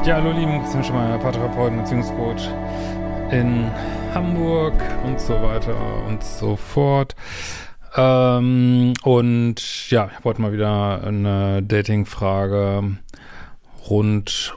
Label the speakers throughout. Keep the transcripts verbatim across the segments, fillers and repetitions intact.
Speaker 1: Ja, hallo lieben, Christian Schemeier, Paartherapeut und Beziehungscoach in Hamburg und so weiter und so fort. Ähm, und ja, ich wollte mal wieder eine Dating-Frage rund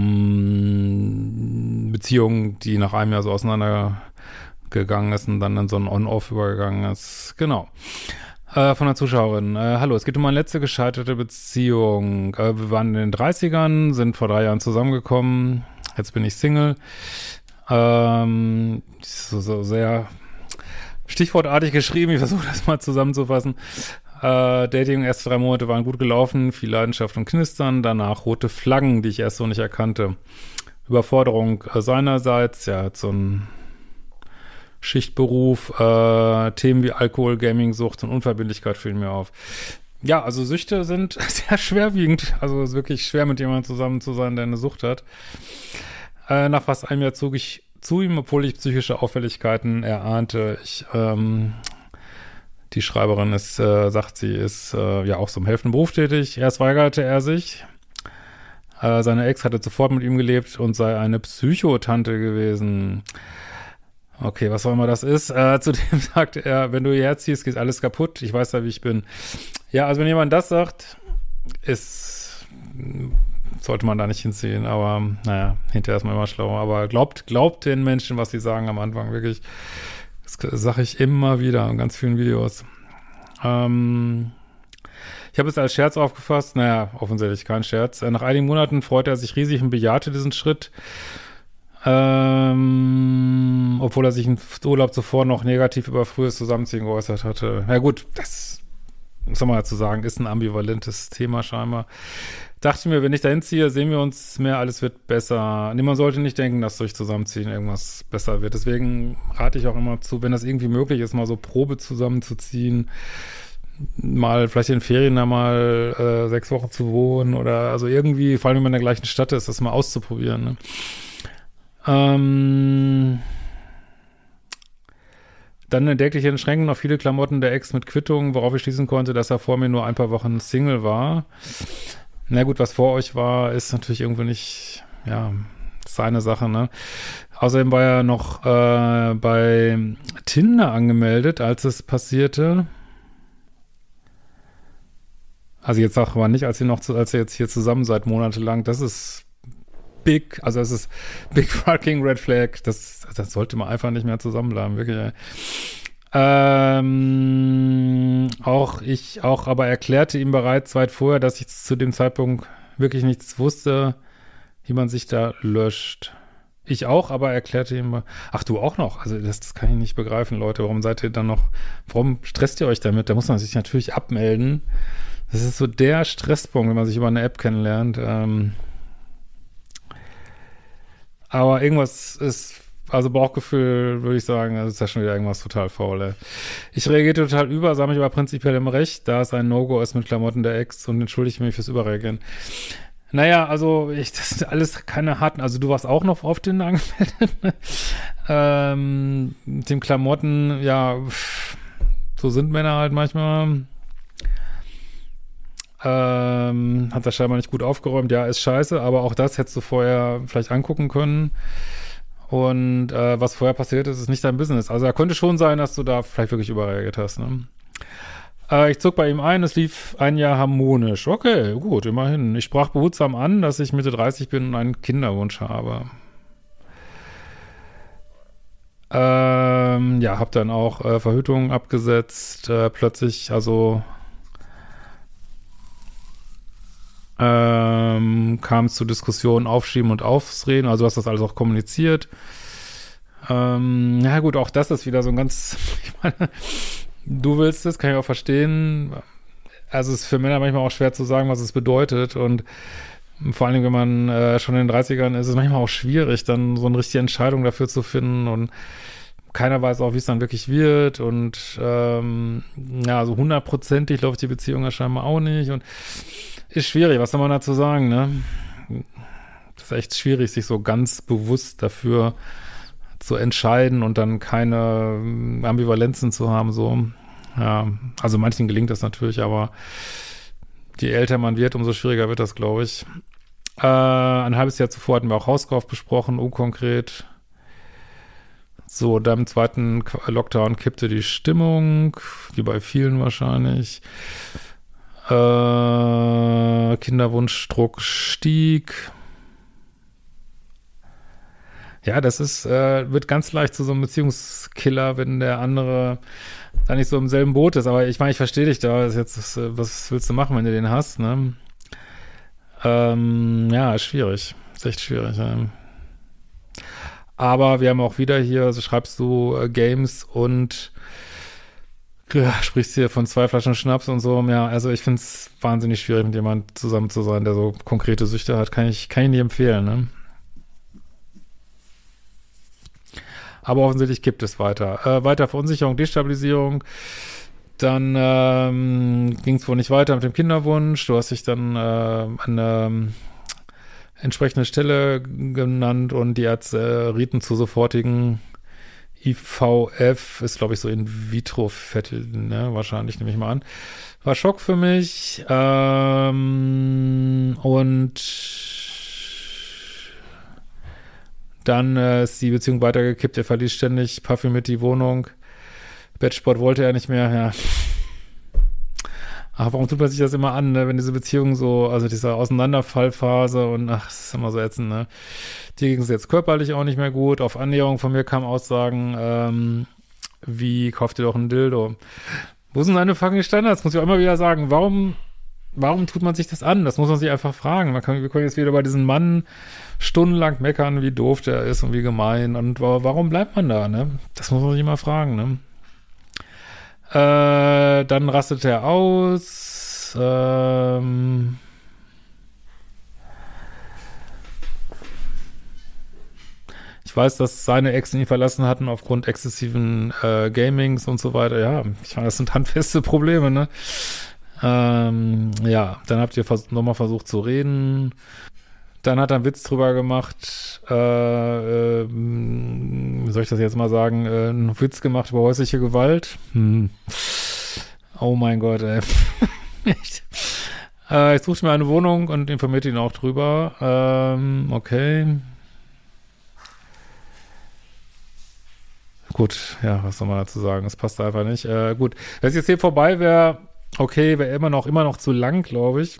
Speaker 1: um Beziehungen, die nach einem Jahr so auseinandergegangen ist und dann in so ein On-Off übergegangen ist. Genau. Äh, von der Zuschauerin. Äh, hallo, es geht um meine letzte gescheiterte Beziehung. Äh, wir waren in den dreißigern, sind vor drei Jahren zusammengekommen. Jetzt bin ich Single. Ähm, so, so sehr stichwortartig geschrieben. Ich versuche das mal zusammenzufassen. Äh, Dating, erste drei Monate waren gut gelaufen, viel Leidenschaft und Knistern. Danach rote Flaggen, die ich erst so nicht erkannte. Überforderung äh, seinerseits, ja, so ein Schichtberuf, äh, Themen wie Alkohol, Gaming, Sucht und Unverbindlichkeit fielen mir auf. Ja, also Süchte sind sehr schwerwiegend. Also es ist wirklich schwer, mit jemandem zusammen zu sein, der eine Sucht hat. Äh, nach fast einem Jahr zog ich zu ihm, obwohl ich psychische Auffälligkeiten erahnte. Ich, ähm, die Schreiberin ist, äh, sagt, sie ist äh, ja auch so im helfenden Beruf tätig. Erst weigerte er sich. Äh, seine Ex hatte sofort mit ihm gelebt und sei eine Psychotante gewesen. Okay, was auch immer das ist. Äh, zudem sagt er, wenn du hierher ziehst, geht alles kaputt. Ich weiß ja, wie ich bin. Ja, also wenn jemand das sagt, ist, sollte man da nicht hinziehen. Aber naja, hinterher ist man immer schlauer. Aber glaubt, glaubt den Menschen, was sie sagen am Anfang, wirklich. Das sage ich immer wieder in ganz vielen Videos. Ähm, ich habe es als Scherz aufgefasst. Naja, offensichtlich kein Scherz. Nach einigen Monaten freute er sich riesig und bejahte diesen Schritt. Ähm, obwohl er sich im Urlaub zuvor noch negativ über frühes Zusammenziehen geäußert hatte. Na gut, das, was soll man dazu sagen, ist ein ambivalentes Thema scheinbar. Dachte mir, wenn ich dahin ziehe, sehen wir uns mehr, alles wird besser. Nee, man sollte nicht denken, dass durch Zusammenziehen irgendwas besser wird. Deswegen rate ich auch immer zu, wenn das irgendwie möglich ist, mal so Probe zusammenzuziehen, mal vielleicht in Ferien da mal äh, sechs Wochen zu wohnen oder also irgendwie, vor allem wenn man in der gleichen Stadt ist, das mal auszuprobieren, ne? Ähm, dann entdeckte ich in den Schränken noch viele Klamotten der Ex mit Quittungen, worauf ich schließen konnte, dass er vor mir nur ein paar Wochen Single war. Na gut, was vor euch war, ist natürlich irgendwie nicht, ja, seine Sache, ne? Außerdem war er noch äh, bei Tinder angemeldet, als es passierte. Also jetzt sagt man nicht, als ihr noch, zu, als ihr jetzt hier zusammen seid, monatelang, das ist big, also es ist big fucking red flag, das, das sollte man einfach nicht mehr zusammenbleiben, wirklich. Ähm, auch ich, auch aber erklärte ihm bereits weit vorher, dass ich zu dem Zeitpunkt wirklich nichts wusste, wie man sich da löscht. Ich auch, aber erklärte ihm, ach du auch noch, also das, das kann ich nicht begreifen, Leute, warum seid ihr dann noch, warum stresst ihr euch damit? Da muss man sich natürlich abmelden. Das ist so der Stresspunkt, wenn man sich über eine App kennenlernt, ähm, aber irgendwas ist, also Bauchgefühl, würde ich sagen, das ist ja schon wieder irgendwas total faul, ey. Ich reagierte total über, sah mich aber prinzipiell im Recht, da es ein No-Go ist mit Klamotten der Ex und entschuldige mich fürs Überreagieren. Naja, also, ich, das sind alles keine harten, also du warst auch noch auf den angemeldet, ne? ähm, mit den Klamotten, ja, so sind Männer halt manchmal. Ähm, hat das scheinbar nicht gut aufgeräumt. Ja, ist scheiße, aber auch das hättest du vorher vielleicht angucken können. Und äh, was vorher passiert ist, ist nicht dein Business. Also da könnte schon sein, dass du da vielleicht wirklich überreagiert hast, ne? Äh, ich zog bei ihm ein, es lief ein Jahr harmonisch. Okay, gut, immerhin. Ich sprach behutsam an, dass ich Mitte dreißig bin und einen Kinderwunsch habe. Ähm, ja, hab dann auch äh, Verhütung abgesetzt. Äh, plötzlich, also Ähm, kam es zu Diskussionen, Aufschieben und Ausreden, also du hast das alles auch kommuniziert. Ähm, ja gut, auch das ist wieder so ein ganz, ich meine, du willst es, kann ich auch verstehen. Also es ist für Männer manchmal auch schwer zu sagen, was es bedeutet und vor allem, wenn man äh, schon in den dreißigern ist, ist es manchmal auch schwierig, dann so eine richtige Entscheidung dafür zu finden und keiner weiß auch, wie es dann wirklich wird und ähm, ja, so hundertprozentig läuft die Beziehung ja scheinbar auch nicht und ist schwierig, was soll man dazu sagen, ne? Das ist echt schwierig, sich so ganz bewusst dafür zu entscheiden und dann keine Ambivalenzen zu haben, so. Ja, also manchen gelingt das natürlich, aber je älter man wird, umso schwieriger wird das, glaube ich. Äh, ein halbes Jahr zuvor hatten wir auch Hauskauf besprochen, unkonkret. So, dann im zweiten Lockdown kippte die Stimmung, wie bei vielen wahrscheinlich. Äh, Kinderwunschdruck stieg. Ja, das ist, äh, wird ganz leicht zu so einem Beziehungskiller, wenn der andere da nicht so im selben Boot ist. Aber ich meine, ich verstehe dich da. Das ist jetzt, das, was willst du machen, wenn du den hast, ne? Ähm, ja, ist schwierig. Ist echt schwierig, ja. Aber wir haben auch wieder hier, so schreibst du äh, Games und ja, sprichst hier von zwei Flaschen Schnaps und so. Ja, also ich finde es wahnsinnig schwierig, mit jemandem zusammen zu sein, der so konkrete Süchte hat. Kann ich, kann ich nicht empfehlen, ne? Aber offensichtlich kippt es weiter. Äh, weiter Verunsicherung, Destabilisierung. Dann ähm, ging es wohl nicht weiter mit dem Kinderwunsch. Du hast dich dann äh, an eine ähm, entsprechende Stelle genannt und die Ärzte äh, rieten zu sofortigen I V F, ist glaube ich so in vitro Fertil, ne, wahrscheinlich, nehme ich mal an. War Schock für mich. Ähm, und dann äh, ist die Beziehung weitergekippt, er verließ ständig, parfümiert die Wohnung. Bettsport wollte er nicht mehr, ja. Ach, warum tut man sich das immer an, ne? Wenn diese Beziehung so, also diese Auseinanderfallphase und ach, das ist immer so ätzend, ne? Dir ging es jetzt körperlich auch nicht mehr gut. Auf Annäherung von mir kamen Aussagen, ähm, wie, kauf dir doch ein Dildo. Wo sind deine fucking Standards? Muss ich auch immer wieder sagen. Warum, warum tut man sich das an? Das muss man sich einfach fragen. Man kann, wir können jetzt wieder bei diesem Mann stundenlang meckern, wie doof der ist und wie gemein. Und warum bleibt man da, ne? Das muss man sich immer fragen, ne? Äh, dann rastet er aus. Ähm, ich weiß, dass seine Ex ihn verlassen hatten aufgrund exzessiven äh, Gamings und so weiter. Ja, ich meine, das sind handfeste Probleme, ne? Ähm, ja, dann habt ihr vers- nochmal versucht zu reden. Dann hat er einen Witz drüber gemacht, äh, äh, wie soll ich das jetzt mal sagen, äh, einen Witz gemacht über häusliche Gewalt. Hm. Oh mein Gott, ey. Echt. Äh, ich suche mir eine Wohnung und informiert ihn auch drüber. Ähm, okay. Gut, ja, was soll man dazu sagen? Es passt einfach nicht. Äh, gut, wenn es jetzt hier vorbei wäre, okay, wäre immer noch, immer noch zu lang, glaube ich.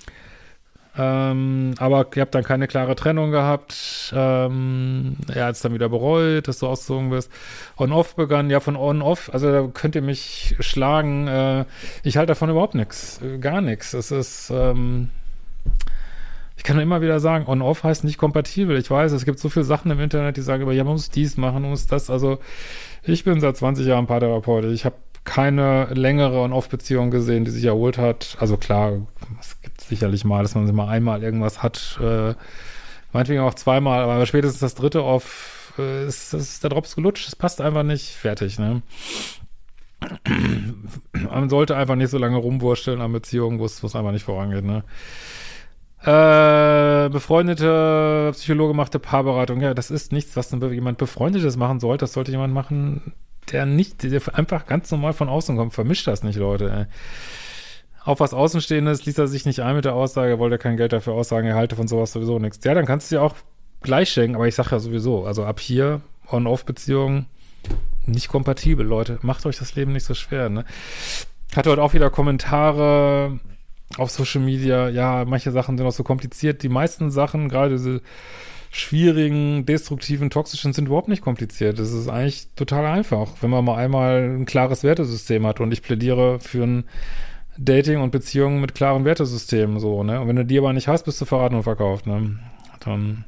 Speaker 1: Ähm, aber ihr habt dann keine klare Trennung gehabt. Ähm, er hat es dann wieder bereut, dass du ausgezogen bist. On-Off begann, ja, von On-Off, also da könnt ihr mich schlagen. Äh, ich halte davon überhaupt nichts, äh, gar nichts. Es ist, ähm, ich kann nur immer wieder sagen, On-Off heißt nicht kompatibel. Ich weiß, es gibt so viele Sachen im Internet, die sagen, ja, man muss dies machen, man muss das. Also ich bin seit zwanzig Jahren Paartherapeut. Ich habe keine längere On-Off-Beziehung gesehen, die sich erholt hat. Also klar, es gibt sicherlich mal, dass man mal einmal irgendwas hat, äh, meinetwegen auch zweimal, aber spätestens das dritte Off äh, ist, ist der Drops gelutscht. Es passt einfach nicht, fertig, ne? Man sollte einfach nicht so lange rumwursteln an Beziehungen, wo es einfach nicht vorangeht, ne? Äh, befreundete, Psychologe machte Paarberatung. Ja, das ist nichts, was jemand Befreundetes machen sollte. Das sollte jemand machen, der nicht, der einfach ganz normal von außen kommt. Vermischt das nicht, Leute, ey. Auf was Außenstehendes ließ er sich nicht ein mit der Aussage, er wollte kein Geld dafür aussagen, er halte von sowas sowieso nichts. Ja, dann kannst du dir auch gleich schenken, aber ich sag ja sowieso, also ab hier, On-Off-Beziehungen, nicht kompatibel, Leute. Macht euch das Leben nicht so schwer, ne? Hatte heute auch wieder Kommentare auf Social Media, ja, manche Sachen sind auch so kompliziert. Die meisten Sachen, gerade diese schwierigen, destruktiven, toxischen, sind überhaupt nicht kompliziert. Das ist eigentlich total einfach, wenn man mal einmal ein klares Wertesystem hat. Und ich plädiere für ein Dating und Beziehungen mit klaren Wertesystemen, so, ne? Und wenn du die aber nicht hast, bist du verraten und verkauft, ne? Dann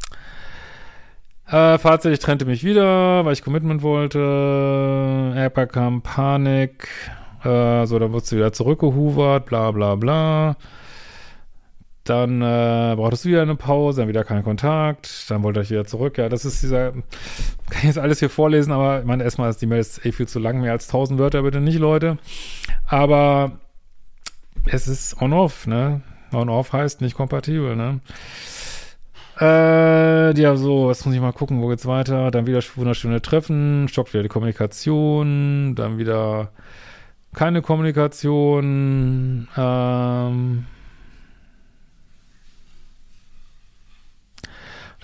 Speaker 1: Äh, Fazit, ich trennte mich wieder, weil ich Commitment wollte. Er bekam Panik. Äh, so, dann wurdest du wieder zurückgehuvert, bla bla bla. Dann äh, brauchtest du wieder eine Pause, dann wieder keinen Kontakt. Dann wollte ich wieder zurück. Ja, das ist dieser, kann ich jetzt alles hier vorlesen, aber ich meine, erstmal ist die Mail ist eh viel zu lang, mehr als tausend Wörter, bitte nicht, Leute. Aber es ist on-off, ne? On-off heißt nicht kompatibel, ne? Äh, ja, so, jetzt muss ich mal gucken, wo geht's weiter. Dann wieder wunderschöne Treffen, stockt wieder die Kommunikation, dann wieder keine Kommunikation, ähm,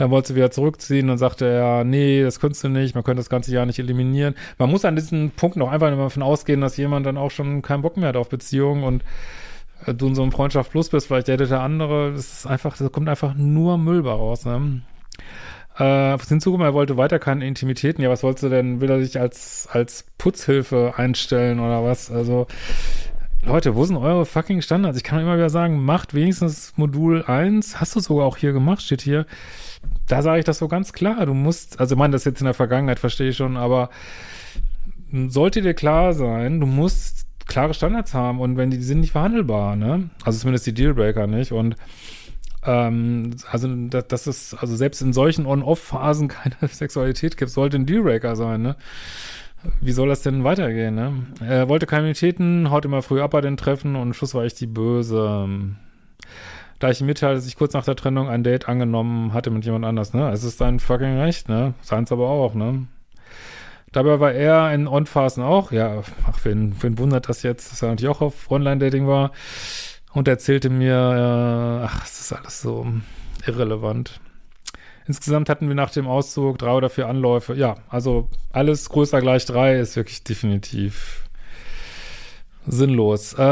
Speaker 1: Dann wollte sie wieder zurückziehen, dann sagte er, nee, das könntest du nicht, man könnte das ganze Jahr nicht eliminieren. Man muss an diesen Punkten auch einfach immer davon ausgehen, dass jemand dann auch schon keinen Bock mehr hat auf Beziehungen und äh, du in so einem Freundschaft plus bist, vielleicht datet der andere, das ist einfach, da kommt einfach nur Müll bei raus, ne? Äh, hinzugekommen, er wollte weiter keine Intimitäten. Ja, was wolltest du denn? Will er sich als, als Putzhilfe einstellen oder was? Also, Leute, wo sind eure fucking Standards? Ich kann immer wieder sagen, macht wenigstens Modul eins. Hast du sogar auch hier gemacht, steht hier. Da sage ich das so ganz klar. Du musst, also ich meine, das ist jetzt in der Vergangenheit, verstehe ich schon, aber sollte dir klar sein, du musst klare Standards haben und wenn die, die sind nicht verhandelbar, ne? Also zumindest die Dealbreaker nicht und Ähm, also das, das ist, also selbst in solchen On-Off-Phasen keine Sexualität gibt, sollte ein Dealbreaker sein, ne? Wie soll das denn weitergehen, ne? Er wollte keine Immunitäten, haut immer früh ab bei den Treffen und Schluss war ich die Böse. Da ich ihm mitteilte, dass ich kurz nach der Trennung ein Date angenommen hatte mit jemand anders, ne? Es ist sein fucking Recht, ne? Seins aber auch, ne? Dabei war er in On-Phasen auch, ja, ach, wen, wen wundert das jetzt, dass er natürlich auch auf Online-Dating war. Und erzählte mir, äh, ach, es ist alles so irrelevant. Insgesamt hatten wir nach dem Auszug drei oder vier Anläufe. Ja, also alles größer gleich drei ist wirklich definitiv sinnlos.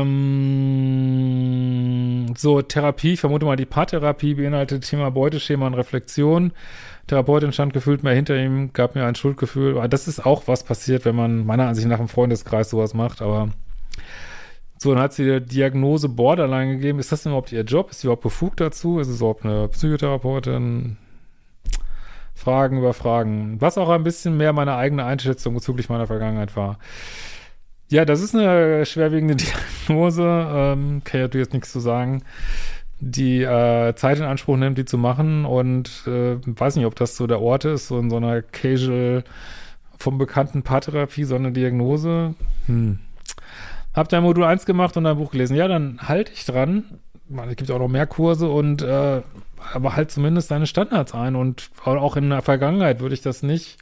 Speaker 1: Ähm, so, Therapie, ich vermute mal, die Paartherapie beinhaltet Thema Beuteschema und Reflexion. Therapeutin stand gefühlt mehr hinter ihm, gab mir ein Schuldgefühl. Aber das ist auch was passiert, wenn man meiner Ansicht nach im Freundeskreis sowas macht, aber so, dann hat sie die Diagnose Borderline gegeben. Ist das denn überhaupt ihr Job? Ist sie überhaupt befugt dazu? Ist es überhaupt eine Psychotherapeutin? Fragen über Fragen. Was auch ein bisschen mehr meine eigene Einschätzung bezüglich meiner Vergangenheit war. Ja, das ist eine schwerwiegende Diagnose. Ähm, kann ich natürlich jetzt nichts zu sagen. Die äh, Zeit in Anspruch nimmt, die zu machen. Und äh, weiß nicht, ob das so der Ort ist, so in so einer Casual vom bekannten Paartherapie, so eine Diagnose. Hm. Hab dein Modul eins gemacht und dein Buch gelesen. Ja, dann halte ich dran. Es gibt auch noch mehr Kurse und äh, aber halt zumindest deine Standards ein. Und auch in der Vergangenheit würde ich das nicht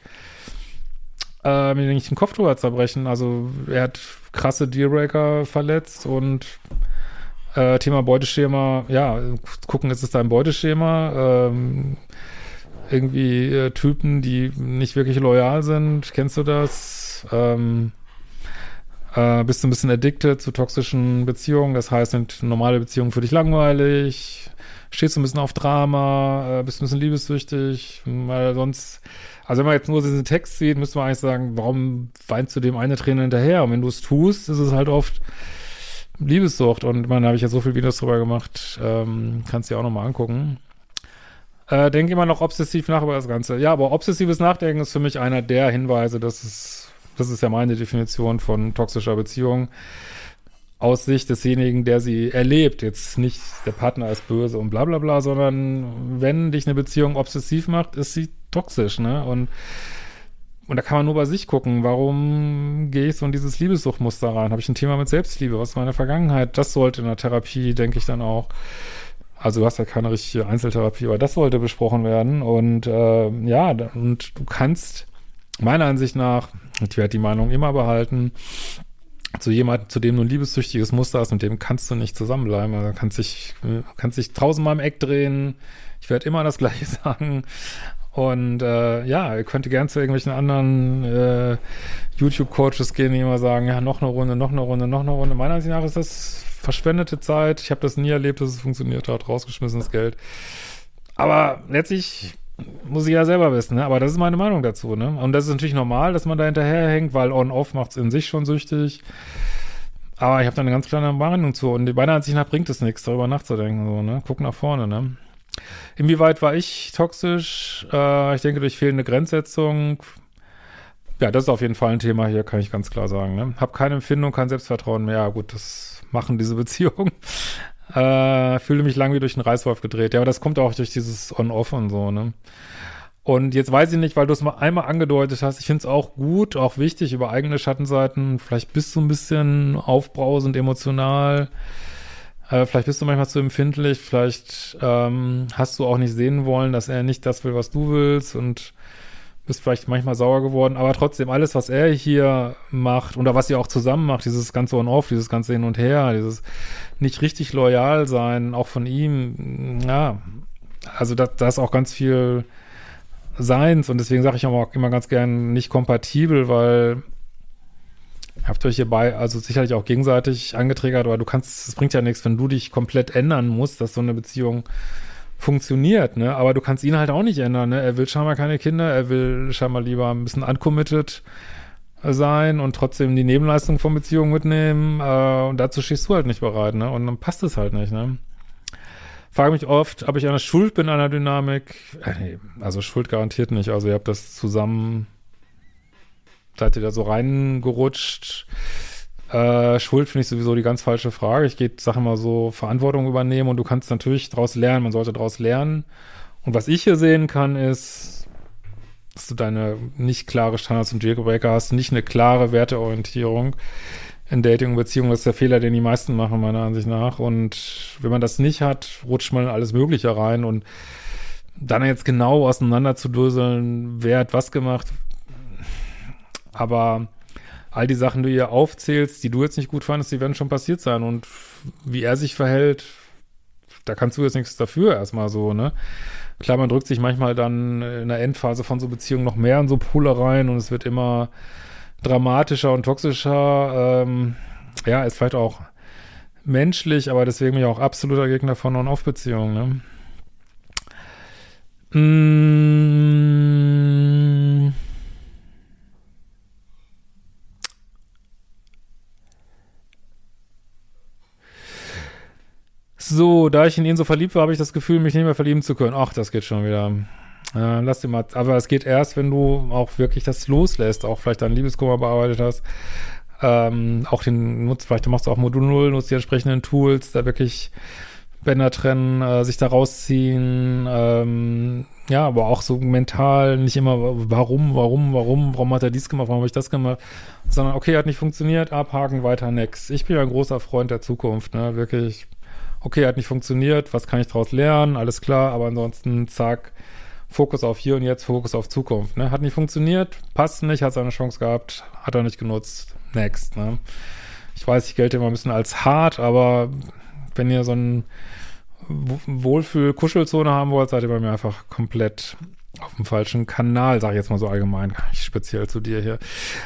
Speaker 1: äh, mir nicht den Kopf drüber zerbrechen. Also er hat krasse Dealbreaker verletzt und äh, Thema Beuteschema, ja, gucken, ist es dein Beuteschema? Ähm, irgendwie äh, Typen, die nicht wirklich loyal sind. Kennst du das? Ähm, Äh, bist du ein bisschen addicted zu toxischen Beziehungen, das heißt, sind normale Beziehungen für dich langweilig, stehst du ein bisschen auf Drama, äh, bist ein bisschen liebessüchtig, weil sonst, also wenn man jetzt nur diesen Text sieht, müsste man eigentlich sagen, warum weinst du dem eine Träne hinterher? Und wenn du es tust, ist es halt oft Liebessucht und man, da habe ich ja so viele Videos drüber gemacht, ähm, kannst du dir auch nochmal angucken. Äh, denke immer noch obsessiv nach über das Ganze. Ja, aber obsessives Nachdenken ist für mich einer der Hinweise, dass es Das ist ja meine Definition von toxischer Beziehung aus Sicht desjenigen, der sie erlebt. Jetzt nicht der Partner ist böse und bla bla bla, sondern wenn dich eine Beziehung obsessiv macht, ist sie toxisch, ne? Und, und da kann man nur bei sich gucken, warum gehe ich so in dieses Liebessuchtmuster rein? Habe ich ein Thema mit Selbstliebe? Was ist meine Vergangenheit? Das sollte in der Therapie, denke ich dann auch, also du hast ja keine richtige Einzeltherapie, aber das sollte besprochen werden. Und äh, ja, und du kannst meiner Ansicht nach, ich werde die Meinung immer behalten, zu jemandem, zu dem du ein liebessüchtiges Muster hast, mit dem kannst du nicht zusammenbleiben. Also kannst dich, kannst dich tausendmal im Eck drehen. Ich werde immer das Gleiche sagen. Und äh, ja, ihr könnt gerne zu irgendwelchen anderen äh, YouTube-Coaches gehen, die immer sagen, ja, noch eine Runde, noch eine Runde, noch eine Runde. Meiner Ansicht nach ist das verschwendete Zeit. Ich habe das nie erlebt, dass es funktioniert hat. Rausgeschmissenes Geld. Aber letztlich muss ich ja selber wissen, ne? Aber das ist meine Meinung dazu, ne? Und das ist natürlich normal, dass man da hinterherhängt, weil On-Off macht es in sich schon süchtig. Aber ich habe da eine ganz kleine Meinung zu. Und meiner Ansicht nach bringt es nichts, darüber nachzudenken, so, ne? Guck nach vorne, ne? Inwieweit war ich toxisch? Äh, ich denke, durch fehlende Grenzsetzung. Ja, das ist auf jeden Fall ein Thema hier, kann ich ganz klar sagen, ne? Hab keine Empfindung, kein Selbstvertrauen mehr. Ja, gut, das machen diese Beziehungen. Äh, fühle mich lang wie durch den Reißwolf gedreht. Ja, aber das kommt auch durch dieses On-Off und so, ne? Und jetzt weiß ich nicht, weil du es mal einmal angedeutet hast, ich finde es auch gut, auch wichtig, über eigene Schattenseiten, vielleicht bist du ein bisschen aufbrausend, emotional, äh, vielleicht bist du manchmal zu empfindlich, vielleicht ähm, hast du auch nicht sehen wollen, dass er nicht das will, was du willst und bist vielleicht manchmal sauer geworden, aber trotzdem, alles, was er hier macht oder was ihr auch zusammen macht, dieses ganze On-Off, dieses ganze Hin und Her, dieses nicht richtig loyal sein, auch von ihm, ja, also da, da ist auch ganz viel Seins und deswegen sage ich auch immer ganz gern nicht kompatibel, weil habt ihr euch hierbei also sicherlich auch gegenseitig angetriggert, aber du kannst, es bringt ja nichts, wenn du dich komplett ändern musst, dass so eine Beziehung funktioniert, ne? Aber du kannst ihn halt auch nicht ändern, ne? Er will scheinbar keine Kinder, er will scheinbar lieber ein bisschen uncommitted sein und trotzdem die Nebenleistung von Beziehungen mitnehmen, äh, und dazu stehst du halt nicht bereit, ne? Und dann passt es halt nicht, ne? Frage mich oft, ob ich an der Schuld bin an der Dynamik. Äh, nee, also Schuld garantiert nicht. Also ihr habt das zusammen, seid ihr da so reingerutscht. Äh, Schuld finde ich sowieso die ganz falsche Frage. Ich gehe, sag immer so, Verantwortung übernehmen und du kannst natürlich daraus lernen, man sollte daraus lernen. Und was ich hier sehen kann, ist, dass du deine nicht klare Standards und Dealbreaker hast, nicht eine klare Werteorientierung in Dating und Beziehung. Das ist der Fehler, den die meisten machen, meiner Ansicht nach. Und wenn man das nicht hat, rutscht man in alles Mögliche rein und dann jetzt genau auseinander zu döseln, wer hat was gemacht. Aber all die Sachen, die du hier aufzählst, die du jetzt nicht gut fandest, die werden schon passiert sein. Und wie er sich verhält, da kannst du jetzt nichts dafür erstmal so, ne? Klar, man drückt sich manchmal dann in der Endphase von so Beziehungen noch mehr in so Pole rein und es wird immer dramatischer und toxischer. Ähm, ja, ist vielleicht auch menschlich, aber deswegen bin ich auch absoluter Gegner von On-Off-Beziehungen, ne? Mmh. So, da ich in ihn so verliebt war, habe ich das Gefühl, mich nicht mehr verlieben zu können. Ach, das geht schon wieder. Äh, lass dir mal, aber es geht erst, wenn du auch wirklich das loslässt, auch vielleicht deinen Liebeskummer bearbeitet hast. Ähm, auch den nutzt, vielleicht machst du auch Modul null, nutzt die entsprechenden Tools, da wirklich Bänder trennen, äh, sich da rausziehen, ähm, ja, aber auch so mental, nicht immer, warum, warum, warum, warum hat er dies gemacht, warum habe ich das gemacht, sondern okay, hat nicht funktioniert, abhaken, weiter, next. Ich bin ja ein großer Freund der Zukunft, ne, wirklich. Okay, hat nicht funktioniert, was kann ich daraus lernen, alles klar, aber ansonsten, zack, Fokus auf hier und jetzt, Fokus auf Zukunft, ne? Hat nicht funktioniert, passt nicht, hat seine Chance gehabt, hat er nicht genutzt, next, ne? Ich weiß, ich gelte immer ein bisschen als hart, aber wenn ihr so ein Wohlfühl-Kuschelzone haben wollt, seid ihr bei mir einfach komplett auf dem falschen Kanal, sag ich jetzt mal so allgemein, gar nicht speziell zu dir hier.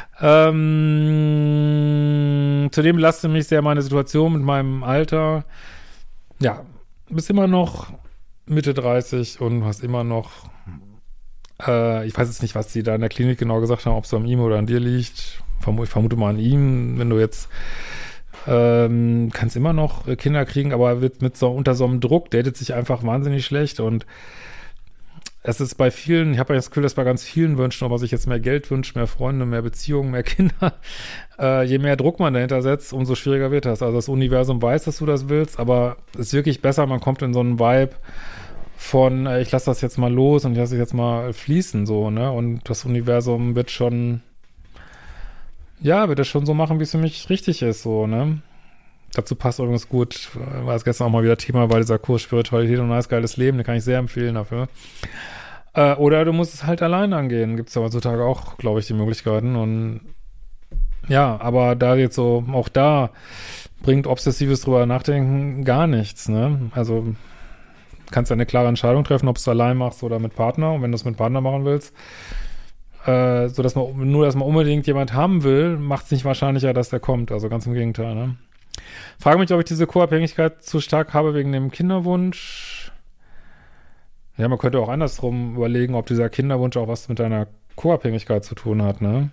Speaker 1: Ähm, zudem belastet mich sehr meine Situation mit meinem Alter. Ja, du bist immer noch Mitte dreißig und hast immer noch, äh, ich weiß jetzt nicht, was die da in der Klinik genau gesagt haben, ob es an ihm oder an dir liegt. Verm- ich vermute mal an ihm, wenn du jetzt ähm, kannst immer noch Kinder kriegen, aber wird mit so unter so einem Druck, datet sich einfach wahnsinnig schlecht und es ist bei vielen, ich habe ja das Gefühl, dass bei ganz vielen Wünschen, ob man sich jetzt mehr Geld wünscht, mehr Freunde, mehr Beziehungen, mehr Kinder, äh, je mehr Druck man dahinter setzt, umso schwieriger wird das. Also das Universum weiß, dass du das willst, aber es ist wirklich besser, man kommt in so einen Vibe von, äh, ich lasse das jetzt mal los und ich lasse es jetzt mal fließen, so, ne? Und das Universum wird schon, ja, wird es schon so machen, wie es für mich richtig ist, so, ne? Dazu passt übrigens gut, war es gestern auch mal wieder Thema bei dieser Kurs Spiritualität und ein geiles Leben, den kann ich sehr empfehlen dafür. Äh, oder du musst es halt allein angehen, gibt es ja heutzutage auch, glaube ich, die Möglichkeiten und ja, aber da jetzt so, auch da bringt obsessives drüber nachdenken gar nichts, ne? Also kannst du eine klare Entscheidung treffen, ob du es allein machst oder mit Partner und wenn du es mit Partner machen willst, äh, so dass man, nur dass man unbedingt jemand haben will, macht es nicht wahrscheinlicher, dass der kommt, also ganz im Gegenteil, ne? Frage mich, ob ich diese Co-Abhängigkeit zu stark habe wegen dem Kinderwunsch. Ja, man könnte auch andersrum überlegen, ob dieser Kinderwunsch auch was mit deiner Co-Abhängigkeit zu tun hat, ne?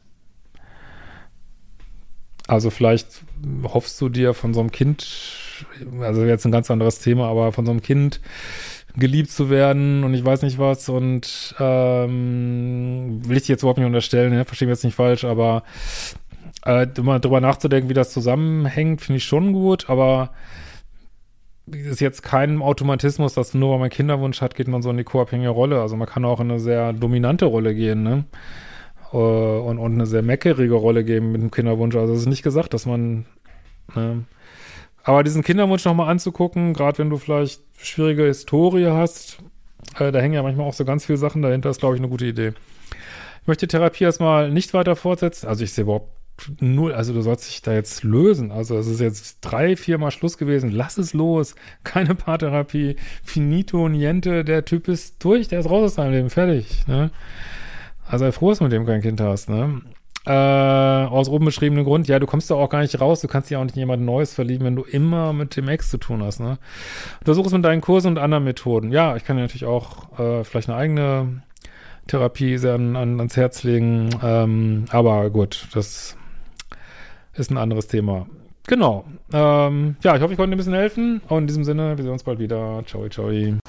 Speaker 1: Also vielleicht hoffst du dir von so einem Kind, also jetzt ein ganz anderes Thema, aber von so einem Kind geliebt zu werden und ich weiß nicht was und ähm, will ich dir jetzt überhaupt nicht unterstellen, ne? Verstehe mich jetzt nicht falsch, aber Äh, immer drüber nachzudenken, wie das zusammenhängt, finde ich schon gut, aber ist jetzt kein Automatismus, dass nur weil man Kinderwunsch hat, geht man so in die co-abhängige Rolle. Also man kann auch in eine sehr dominante Rolle gehen, ne? Äh, und, und eine sehr meckerige Rolle geben mit dem Kinderwunsch. Also es ist nicht gesagt, dass man, ne? Aber diesen Kinderwunsch nochmal anzugucken, gerade wenn du vielleicht schwierige Historie hast, äh, da hängen ja manchmal auch so ganz viele Sachen dahinter, ist, glaube ich, eine gute Idee. Ich möchte die Therapie erstmal nicht weiter fortsetzen. Also ich sehe überhaupt null, also du sollst dich da jetzt lösen. Also es ist jetzt drei, viermal Schluss gewesen. Lass es los. Keine Paartherapie. Finito, niente. Der Typ ist durch. Der ist raus aus deinem Leben. Fertig. Ne? Also sei froh, dass du mit dem kein Kind hast. Ne? Äh, aus oben beschriebenen Grund. Ja, du kommst da auch gar nicht raus. Du kannst dich auch nicht in jemand Neues verlieben, wenn du immer mit dem Ex zu tun hast. Ne? Versuch es mit deinen Kursen und anderen Methoden. Ja, ich kann dir natürlich auch äh, vielleicht eine eigene Therapie sehr an, an, ans Herz legen. Ähm, aber gut, das ist ein anderes Thema. Genau. Ähm, ja, ich hoffe, ich konnte dir ein bisschen helfen. Und in diesem Sinne, wir sehen uns bald wieder. Ciao, ciao.